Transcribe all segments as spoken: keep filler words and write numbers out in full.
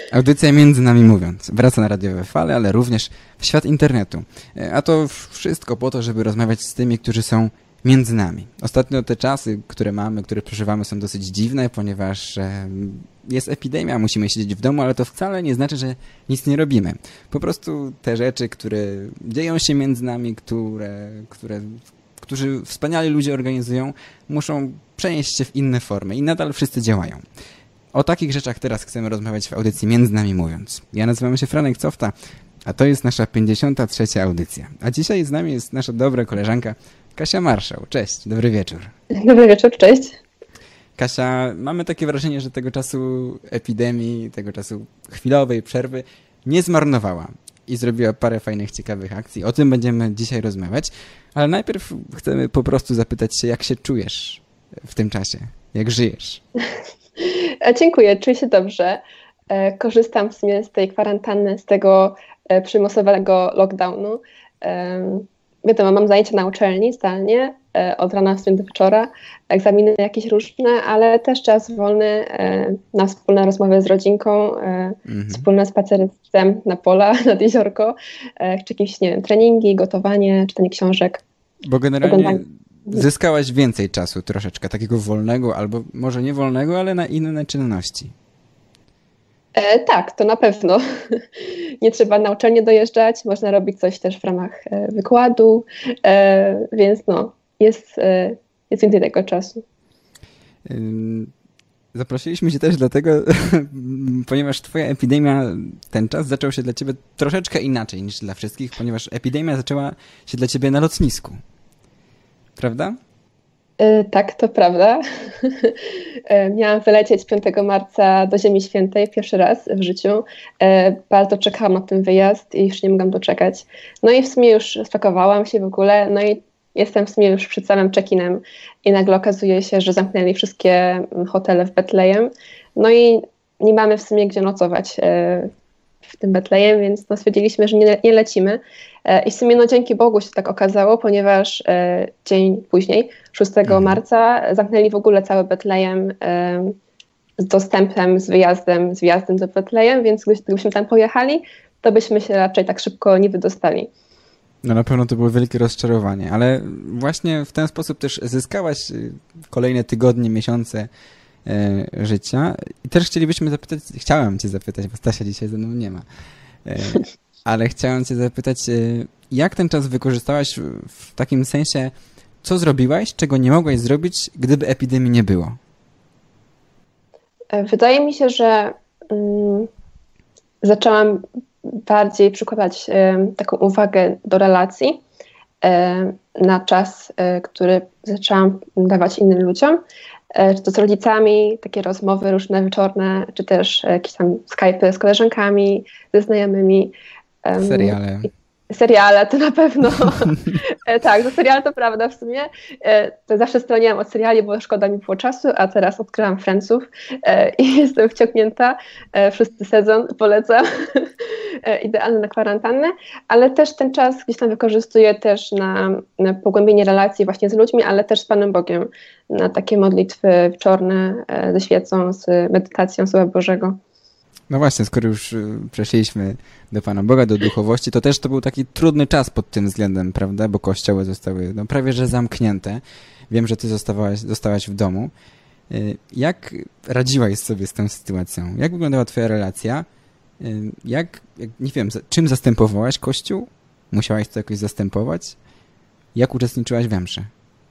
Audycja Między Nami Mówiąc wraca na radiowe fale, ale również w świat internetu. A to wszystko po to, żeby rozmawiać z tymi, którzy są między nami. Ostatnio te czasy, które mamy, które przeżywamy, są dosyć dziwne, ponieważ jest epidemia, musimy siedzieć w domu, ale to wcale nie znaczy, że nic nie robimy. Po prostu te rzeczy, które dzieją się między nami, które, które, którzy wspaniali ludzie organizują, muszą przenieść się w inne formy i nadal wszyscy działają. O takich rzeczach teraz chcemy rozmawiać w audycji Między Nami Mówiąc. Ja nazywam się Franek Cofta, a to jest nasza pięćdziesiąta trzecia audycja. A dzisiaj z nami jest nasza dobra koleżanka Kasia Marszał. Cześć, dobry wieczór. Dobry wieczór, cześć. Kasia, mamy takie wrażenie, że tego czasu epidemii, tego czasu chwilowej przerwy nie zmarnowała i zrobiła parę fajnych, ciekawych akcji. O tym będziemy dzisiaj rozmawiać, ale najpierw chcemy po prostu zapytać się, jak się czujesz w tym czasie, jak żyjesz. Dziękuję, czuję się dobrze. Korzystam w sumie z tej kwarantanny, z tego przymusowego lockdownu. Wiadomo, mam zajęcia na uczelni zdalnie, od rana w sumie do wieczora, egzaminy jakieś różne, ale też czas wolny na wspólne rozmowy z rodzinką, mhm. wspólne spacery z psem na pola, nad jeziorko, czy jakieś, nie wiem, treningi, gotowanie, czytanie książek. Bo generalnie oglądanie. Zyskałaś więcej czasu troszeczkę, takiego wolnego, albo może nie wolnego, ale na inne czynności. E, tak, to na pewno. Nie trzeba na uczelnię dojeżdżać, można robić coś też w ramach e, wykładu, e, więc no, jest, e, jest więcej tego czasu. Zaprosiliśmy cię też dlatego, ponieważ twoja epidemia, ten czas zaczął się dla ciebie troszeczkę inaczej niż dla wszystkich, ponieważ epidemia zaczęła się dla ciebie na lotnisku. Prawda? E, tak, to prawda. E, miałam wylecieć piątego marca do Ziemi Świętej pierwszy raz w życiu. E, bardzo czekałam na ten wyjazd i już nie mogłam doczekać. No i w sumie już spakowałam się w ogóle, no i jestem w sumie już przed samym check-inem i nagle okazuje się, że zamknęli wszystkie hotele w Betlejem. No i nie mamy w sumie gdzie nocować e, w tym Betlejem, więc no stwierdziliśmy, że nie, nie lecimy. E, I w sumie no dzięki Bogu się tak okazało, ponieważ e, dzień później, szóstego marca, zamknęli w ogóle cały Betlejem e, z dostępem, z wyjazdem, z wjazdem do Betlejem, więc gdybyśmy tam pojechali, to byśmy się raczej tak szybko nie wydostali. No na pewno to było wielkie rozczarowanie, ale właśnie w ten sposób też zyskałaś kolejne tygodnie, miesiące e, życia. I też chcielibyśmy zapytać, chciałem cię zapytać, bo Stasia dzisiaj ze mną nie ma, e, ale chciałem cię zapytać, e, jak ten czas wykorzystałaś w, w takim sensie, co zrobiłaś, czego nie mogłaś zrobić, gdyby epidemii nie było? Wydaje mi się, że mm, zaczęłam bardziej przykładać e, taką uwagę do relacji e, na czas, e, który zaczęłam dawać innym ludziom, e, czy to z rodzicami, takie rozmowy różne wieczorne, czy też jakieś tam Skype'y z koleżankami, ze znajomymi. E, seriale. Seriale to na pewno. e, tak, to seriale to prawda w sumie. E, to zawsze stroniłam od seriali, bo szkoda mi było czasu, a teraz odkryłam Friendsów e, i jestem wciągnięta. E, szósty sezon, polecam. e, idealny na kwarantannę, ale też ten czas gdzieś tam wykorzystuję też na, na pogłębienie relacji właśnie z ludźmi, ale też z Panem Bogiem, na takie modlitwy wieczorne e, ze świecą, z medytacją Słowa Bożego. No właśnie, skoro już przeszliśmy do Pana Boga, do duchowości, to też to był taki trudny czas pod tym względem, prawda? Bo kościoły zostały no, prawie że zamknięte. Wiem, że ty zostałaś, zostałaś w domu. Jak radziłaś sobie z tą sytuacją? Jak wyglądała twoja relacja? Jak, jak nie wiem, czym zastępowałaś Kościół? Musiałaś to jakoś zastępować? Jak uczestniczyłaś we mszy?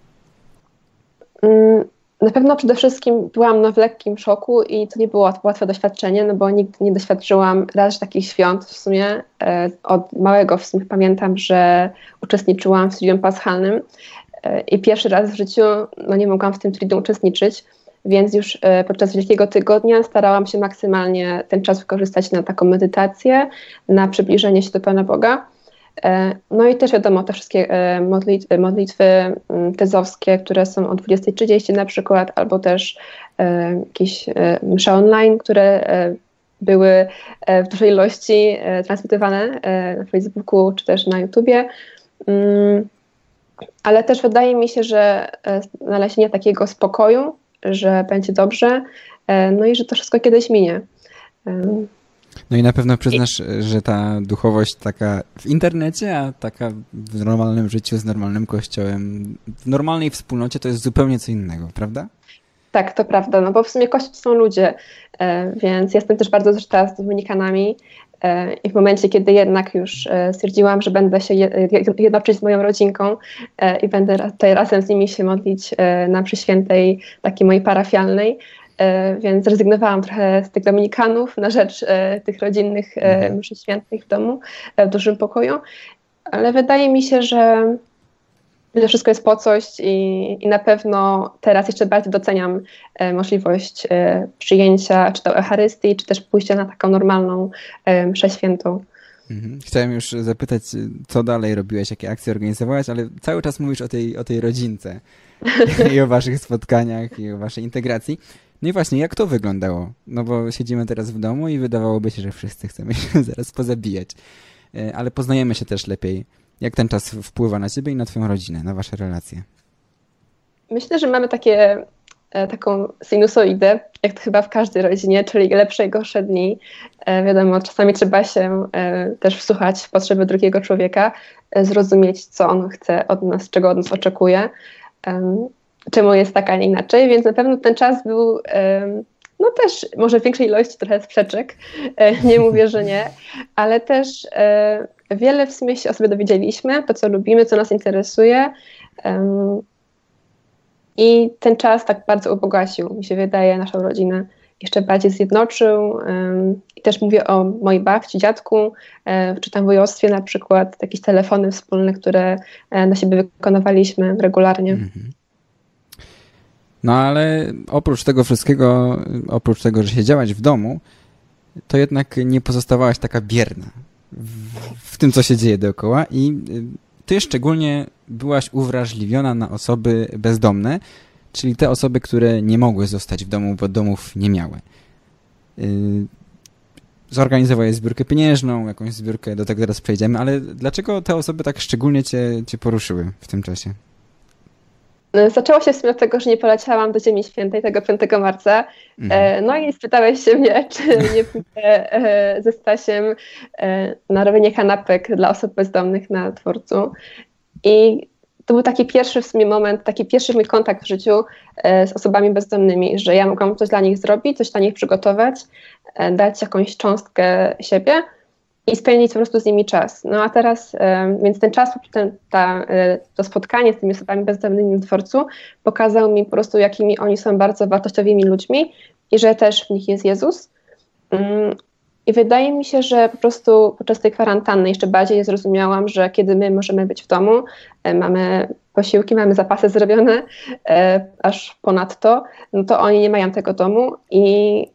Mm. Na pewno przede wszystkim byłam no, w lekkim szoku i to nie było łatwe doświadczenie, no bo nigdy nie doświadczyłam raz takich świąt w sumie. E, od małego w sumie pamiętam, że uczestniczyłam w Triduum Paschalnym e, i pierwszy raz w życiu no, nie mogłam w tym Triduum uczestniczyć, więc już e, podczas Wielkiego Tygodnia starałam się maksymalnie ten czas wykorzystać na taką medytację, na przybliżenie się do Pana Boga. No i też wiadomo, te wszystkie modlitwy, modlitwy tezowskie, które są o dwudziestej trzydzieści na przykład, albo też jakieś msze online, które były w dużej ilości transmitowane na Facebooku czy też na YouTubie. Ale też wydaje mi się, że znalezienie takiego spokoju, że będzie dobrze, no i że to wszystko kiedyś minie. No i na pewno przyznasz, że ta duchowość taka w internecie, a taka w normalnym życiu z normalnym kościołem, w normalnej wspólnocie to jest zupełnie co innego, prawda? Tak, to prawda, no bo w sumie Kościół to są ludzie, e, więc jestem też bardzo zżyta z Dominikanami e, i w momencie, kiedy jednak już e, stwierdziłam, że będę się je, jednoczyć z moją rodzinką e, i będę ra- tutaj razem z nimi się modlić e, na mszy świętej takiej mojej parafialnej, e, więc zrezygnowałam trochę z tych Dominikanów na rzecz e, tych rodzinnych e, mszy świętych w domu, e, w dużym pokoju, ale wydaje mi się, że że wszystko jest po coś i, i na pewno teraz jeszcze bardziej doceniam e, możliwość e, przyjęcia czy to Eucharystii, czy też pójścia na taką normalną e, mszę świętą. Mhm. Chciałem już zapytać, co dalej robiłeś, jakie akcje organizowałaś, ale cały czas mówisz o tej, o tej rodzince i o waszych spotkaniach i o waszej integracji. No i właśnie, jak to wyglądało? No bo siedzimy teraz w domu i wydawałoby się, że wszyscy chcemy się zaraz pozabijać, e, ale poznajemy się też lepiej. Jak ten czas wpływa na ciebie i na twoją rodzinę, na wasze relacje? Myślę, że mamy takie, e, taką sinusoidę, jak to chyba w każdej rodzinie, czyli lepsze i gorsze dni. E, wiadomo, czasami trzeba się e, też wsłuchać w potrzeby drugiego człowieka, e, zrozumieć, co on chce od nas, czego od nas oczekuje, e, czemu jest tak, a nie inaczej, więc na pewno ten czas był e, no też może w większej ilości trochę sprzeczek, e, nie mówię, że nie, ale też e, wiele w sumie się o sobie dowiedzieliśmy, to co lubimy, co nas interesuje um, i ten czas tak bardzo ubogacił, mi się wydaje, naszą rodzinę. Jeszcze bardziej zjednoczył um, i też mówię o mojej babci, dziadku, um, czy tam wujostwie na przykład, jakieś telefony wspólne, które um, na siebie wykonywaliśmy regularnie. Mhm. No ale oprócz tego wszystkiego, oprócz tego, że siedziałaś w domu, to jednak nie pozostawałaś taka bierna w, w tym, co się dzieje dookoła i ty szczególnie byłaś uwrażliwiona na osoby bezdomne, czyli te osoby, które nie mogły zostać w domu, bo domów nie miały. Zorganizowałeś zbiórkę pieniężną, jakąś zbiórkę, do tego zaraz przejdziemy, ale dlaczego te osoby tak szczególnie cię, cię poruszyły w tym czasie? Zaczęło się w sumie od tego, że nie poleciałam do Ziemi Świętej tego piątego marca. Mhm. No i spytałeś się mnie, czy nie pójdę ze Stasiem na robienie kanapek dla osób bezdomnych na dworcu. I to był taki pierwszy w sumie moment, taki pierwszy mój kontakt w życiu z osobami bezdomnymi, że ja mogłam coś dla nich zrobić, coś dla nich przygotować, dać jakąś cząstkę siebie i spędzić po prostu z nimi czas. No a teraz, więc ten czas, ten, ta, to spotkanie z tymi osobami bezdomnymi na dworcu pokazał mi po prostu, jakimi oni są bardzo wartościowymi ludźmi i że też w nich jest Jezus. I wydaje mi się, że po prostu podczas tej kwarantanny jeszcze bardziej zrozumiałam, że kiedy my możemy być w domu, mamy posiłki, mamy zapasy zrobione, aż ponadto, no to oni nie mają tego domu i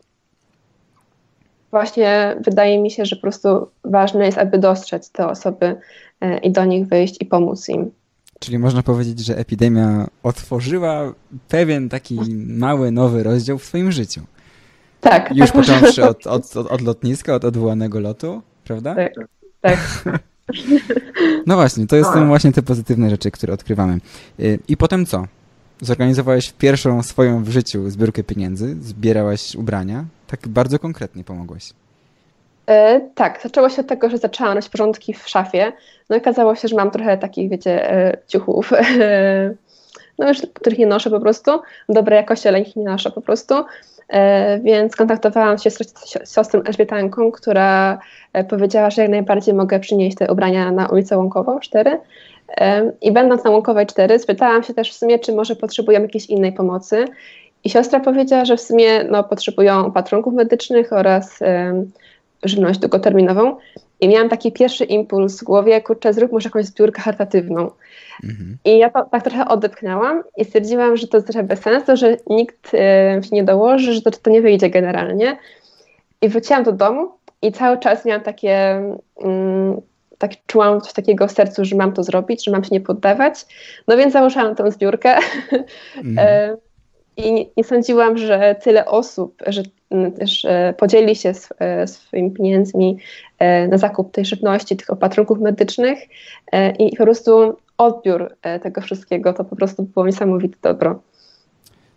właśnie wydaje mi się, że po prostu ważne jest, aby dostrzec te osoby i do nich wyjść i pomóc im. Czyli można powiedzieć, że epidemia otworzyła pewien taki mały, nowy rozdział w twoim życiu. Tak. Już tak począwszy od, od, od, od lotniska, od odwołanego lotu, prawda? Tak, tak. No właśnie, to są właśnie te pozytywne rzeczy, które odkrywamy. I potem co? Zorganizowałeś pierwszą swoją w życiu zbiórkę pieniędzy, zbierałaś ubrania, tak bardzo konkretnie pomogłaś. E, tak, zaczęło się od tego, że zaczęłam nosić porządki w szafie. No i okazało się, że mam trochę takich, wiecie, e, ciuchów, e, no już, których nie noszę po prostu, dobrej jakości, ale ich nie noszę po prostu. E, więc kontaktowałam się z siostrą Elżbietanką, która e, powiedziała, że jak najbardziej mogę przynieść te ubrania na ulicę Łąkową cztery. E, I będąc na Łąkowej cztery, spytałam się też w sumie, czy może potrzebują jakiejś innej pomocy. I siostra powiedziała, że w sumie no, potrzebują opatrunków medycznych oraz e, żywność długoterminową. I miałam taki pierwszy impuls w głowie, kurczę, zrób może jakąś zbiórkę charytatywną. Mhm. I ja to tak trochę odepchnęłam i stwierdziłam, że to jest trochę bez sensu, że nikt e, się nie dołoży, że to, to nie wyjdzie generalnie. I wróciłam do domu i cały czas miałam takie, mm, tak czułam coś takiego w sercu, że mam to zrobić, że mam się nie poddawać. No więc założyłam tę zbiórkę. Mhm. e, I nie, nie sądziłam, że tyle osób, że też podzieli się swoimi pieniędzmi na zakup tej żywności, tych opatrunków medycznych i po prostu odbiór tego wszystkiego, to po prostu było niesamowite dobro.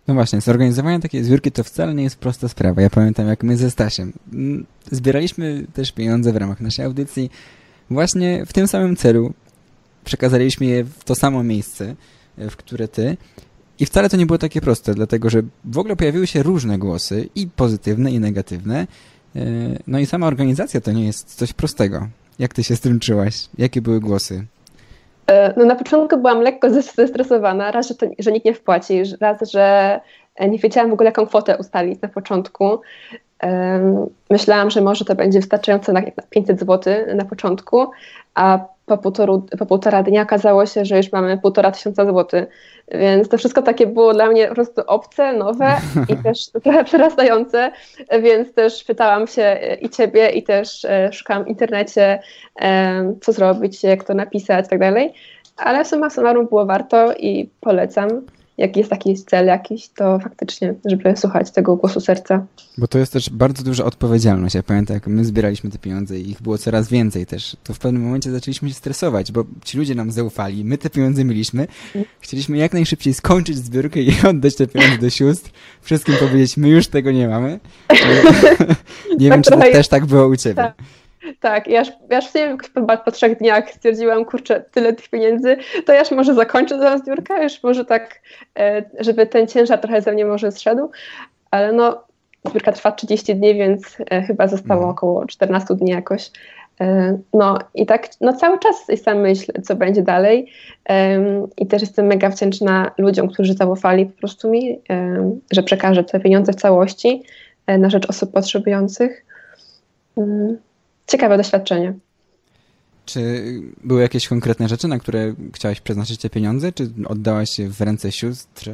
No właśnie, zorganizowanie takiej zbiórki to wcale nie jest prosta sprawa. Ja pamiętam, jak my ze Stasiem zbieraliśmy też pieniądze w ramach naszej audycji właśnie w tym samym celu. Przekazaliśmy je w to samo miejsce, w które ty. I wcale to nie było takie proste, dlatego że w ogóle pojawiły się różne głosy, i pozytywne, i negatywne. No i sama organizacja to nie jest coś prostego. Jak ty się z tym czułaś? Jakie były głosy? No na początku byłam lekko zestresowana, raz, że, to, że nikt nie wpłaci, raz, że nie wiedziałam w ogóle, jaką kwotę ustalić na początku. Myślałam, że może to będzie wystarczające na pięćset złotych na początku, a po, półtoru, po półtora dnia okazało się, że już mamy półtora tysiąca złotych, więc to wszystko takie było dla mnie po prostu obce, nowe i też trochę przerastające, więc też pytałam się i ciebie, i też szukałam w internecie, co zrobić, jak to napisać i tak dalej, ale summa summarum było warto i polecam. Jak jest taki cel jakiś, to faktycznie, żeby słuchać tego głosu serca. Bo to jest też bardzo duża odpowiedzialność. Ja pamiętam, jak my zbieraliśmy te pieniądze i ich było coraz więcej też, to w pewnym momencie zaczęliśmy się stresować, bo ci ludzie nam zaufali, my te pieniądze mieliśmy, chcieliśmy jak najszybciej skończyć zbiórkę i oddać te pieniądze do sióstr, wszystkim powiedzieć, my już tego nie mamy. Nie wiem, czy to też tak było u ciebie. Tak. Tak, ja aż, ja aż po, po trzech dniach stwierdziłam, kurczę, tyle tych pieniędzy, to ja już może zakończę tę zbiórkę, już może tak, żeby ten ciężar trochę ze mnie może zszedł, ale no, zbiórka trwa trzydzieści dni, więc chyba zostało no. około czternaście dni jakoś. No i tak no, cały czas sam myśl, co będzie dalej, i też jestem mega wdzięczna ludziom, którzy zaufali po prostu mi, że przekażę te pieniądze w całości na rzecz osób potrzebujących. Ciekawe doświadczenie. Czy były jakieś konkretne rzeczy, na które chciałaś przeznaczyć te pieniądze, czy oddałaś je w ręce sióstr?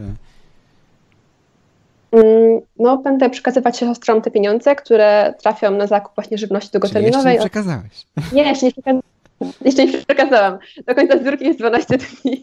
No, będę przekazywać siostrom te pieniądze, które trafią na zakup właśnie żywności długoterminowej. Jeszcze nie przekazałeś? Nie, jeszcze nie, przekaz... jeszcze nie przekazałam. Do końca zbiórki jest dwanaście dni.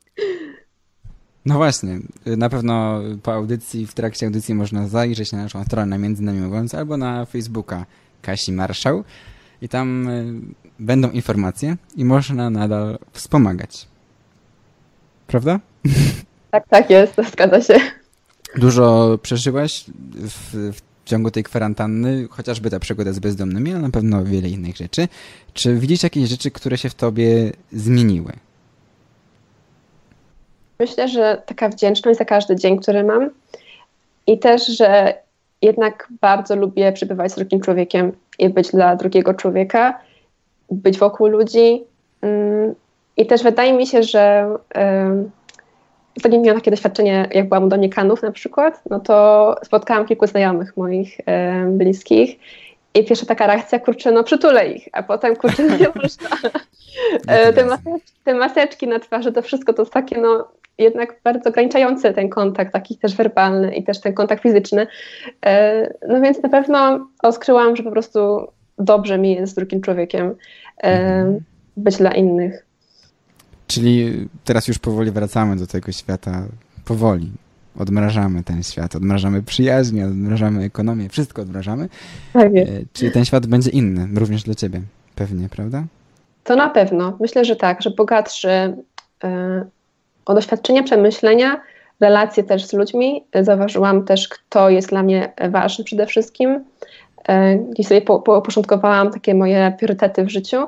No właśnie, na pewno po audycji, w trakcie audycji można zajrzeć na naszą stronę Między Nami Mówiąc albo na Facebooka Kasi Marszał i tam y, będą informacje i można nadal wspomagać. Prawda? Tak, tak jest, to zgadza się. Dużo przeżyłaś w, w ciągu tej kwarantanny, chociażby ta przygoda z bezdomnymi, ale na pewno wiele innych rzeczy. Czy widzisz jakieś rzeczy, które się w tobie zmieniły? Myślę, że taka wdzięczność za każdy dzień, który mam i też, że jednak bardzo lubię przebywać z drugim człowiekiem i być dla drugiego człowieka, być wokół ludzi. I też wydaje mi się, że ostatnio miałam takie doświadczenie, jak byłam u Dominikanów na przykład, no to spotkałam kilku znajomych moich bliskich i pierwsza taka reakcja, kurczę, no przytulę ich, a potem, kurczę, no nie można. te, maseczki, te maseczki na twarzy, to wszystko to jest takie, no jednak bardzo ograniczający ten kontakt, taki też werbalny i też ten kontakt fizyczny. No więc na pewno odkryłam, że po prostu dobrze mi jest z drugim człowiekiem mhm. być dla innych. Czyli teraz już powoli wracamy do tego świata, powoli. Odmrażamy ten świat, odmrażamy przyjaźń, odmrażamy ekonomię, wszystko odmrażamy. Tak jest. Czyli ten świat będzie inny, również dla ciebie, pewnie, prawda? To na pewno. Myślę, że tak, że bogatszy o doświadczenia, przemyślenia, relacje też z ludźmi. Zauważyłam też, kto jest dla mnie ważny przede wszystkim. Gdzieś sobie po, po, uporządkowałam takie moje priorytety w życiu.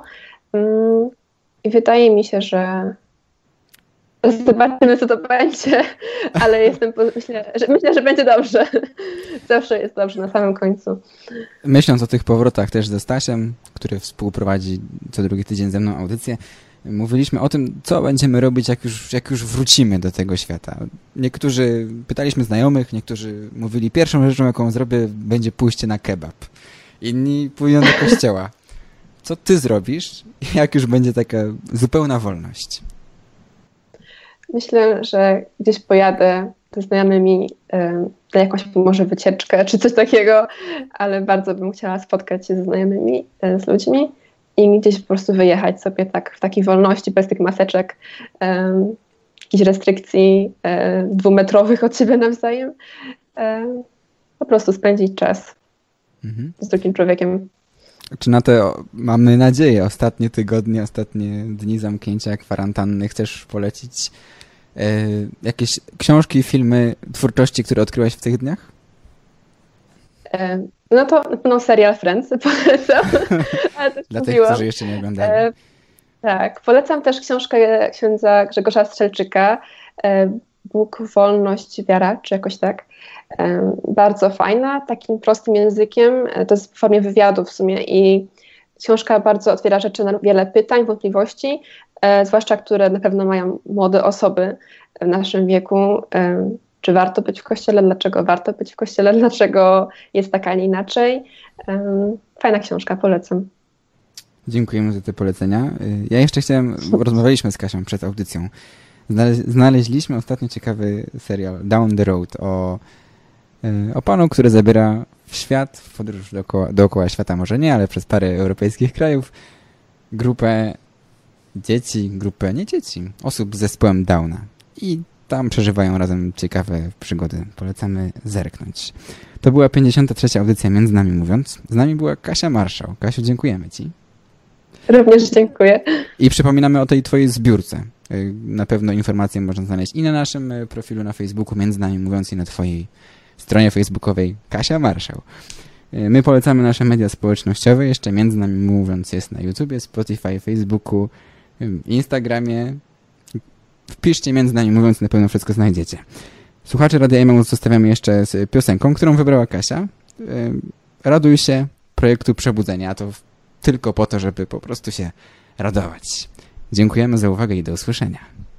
I wydaje mi się, że zobaczymy, co to będzie, ale jestem, myślę, że, myślę, że będzie dobrze. Zawsze jest dobrze na samym końcu. Myśląc o tych powrotach też ze Stasiem, który współprowadzi co drugi tydzień ze mną audycję, mówiliśmy o tym, co będziemy robić, jak już, jak już wrócimy do tego świata. Niektórzy pytaliśmy znajomych, niektórzy mówili, pierwszą rzeczą, jaką zrobię, będzie pójście na kebab. Inni pójdą do kościoła. Co ty zrobisz, jak już będzie taka zupełna wolność? Myślę, że gdzieś pojadę ze znajomymi na jakąś może wycieczkę czy coś takiego, ale bardzo bym chciała spotkać się ze znajomymi, z ludźmi i gdzieś po prostu wyjechać sobie tak w takiej wolności, bez tych maseczek, um, jakichś restrykcji um, dwumetrowych od siebie nawzajem. Um, po prostu spędzić czas mhm. z drugim człowiekiem. Czy na te, mamy nadzieję, ostatnie tygodnie, ostatnie dni zamknięcia kwarantanny chcesz polecić E, jakieś książki, filmy, twórczości, które odkryłaś w tych dniach? E, no to na pewno serial Friends polecam. Ale też Dla tych, mówiłam. którzy jeszcze nie oglądali. E, tak, polecam też książkę księdza Grzegorza Strzelczyka, e, Bóg, wolność, wiara, czy jakoś tak. E, bardzo fajna, takim prostym językiem. E, to jest w formie wywiadu w sumie i książka bardzo otwiera rzeczy na wiele pytań, wątpliwości, e, zwłaszcza które na pewno mają młode osoby w naszym wieku. E, czy warto być w kościele, dlaczego warto być w kościele, dlaczego jest tak, a nie inaczej. E, fajna książka, polecam. Dziękujemy za te polecenia. Ja jeszcze chciałem, rozmawialiśmy z Kasią przed audycją. Znale, znaleźliśmy ostatnio ciekawy serial Down the Road o, o panu, który zabiera w świat, w podróż dookoła, dookoła świata, może nie, ale przez parę europejskich krajów, grupę dzieci, grupę, nie dzieci, osób z zespołem Downa. I tam przeżywają razem ciekawe przygody. Polecamy zerknąć. To była pięćdziesiąta trzecia audycja Między Nami Mówiąc. Z nami była Kasia Marszał. Kasiu, dziękujemy Ci. Również dziękuję. I przypominamy o tej Twojej zbiórce. Na pewno informacje można znaleźć i na naszym profilu na Facebooku, Między Nami Mówiąc, i na Twojej stronie facebookowej Kasia Marszał. My polecamy nasze media społecznościowe. Jeszcze Między Nami Mówiąc jest na YouTubie, Spotify, Facebooku, Instagramie. Wpiszcie Między Nami Mówiąc, na pewno wszystko znajdziecie. Słuchacze Radia Emaus zostawiamy jeszcze z piosenką, którą wybrała Kasia. Raduj się projektu Przebudzenia, a to tylko po to, żeby po prostu się radować. Dziękujemy za uwagę i do usłyszenia.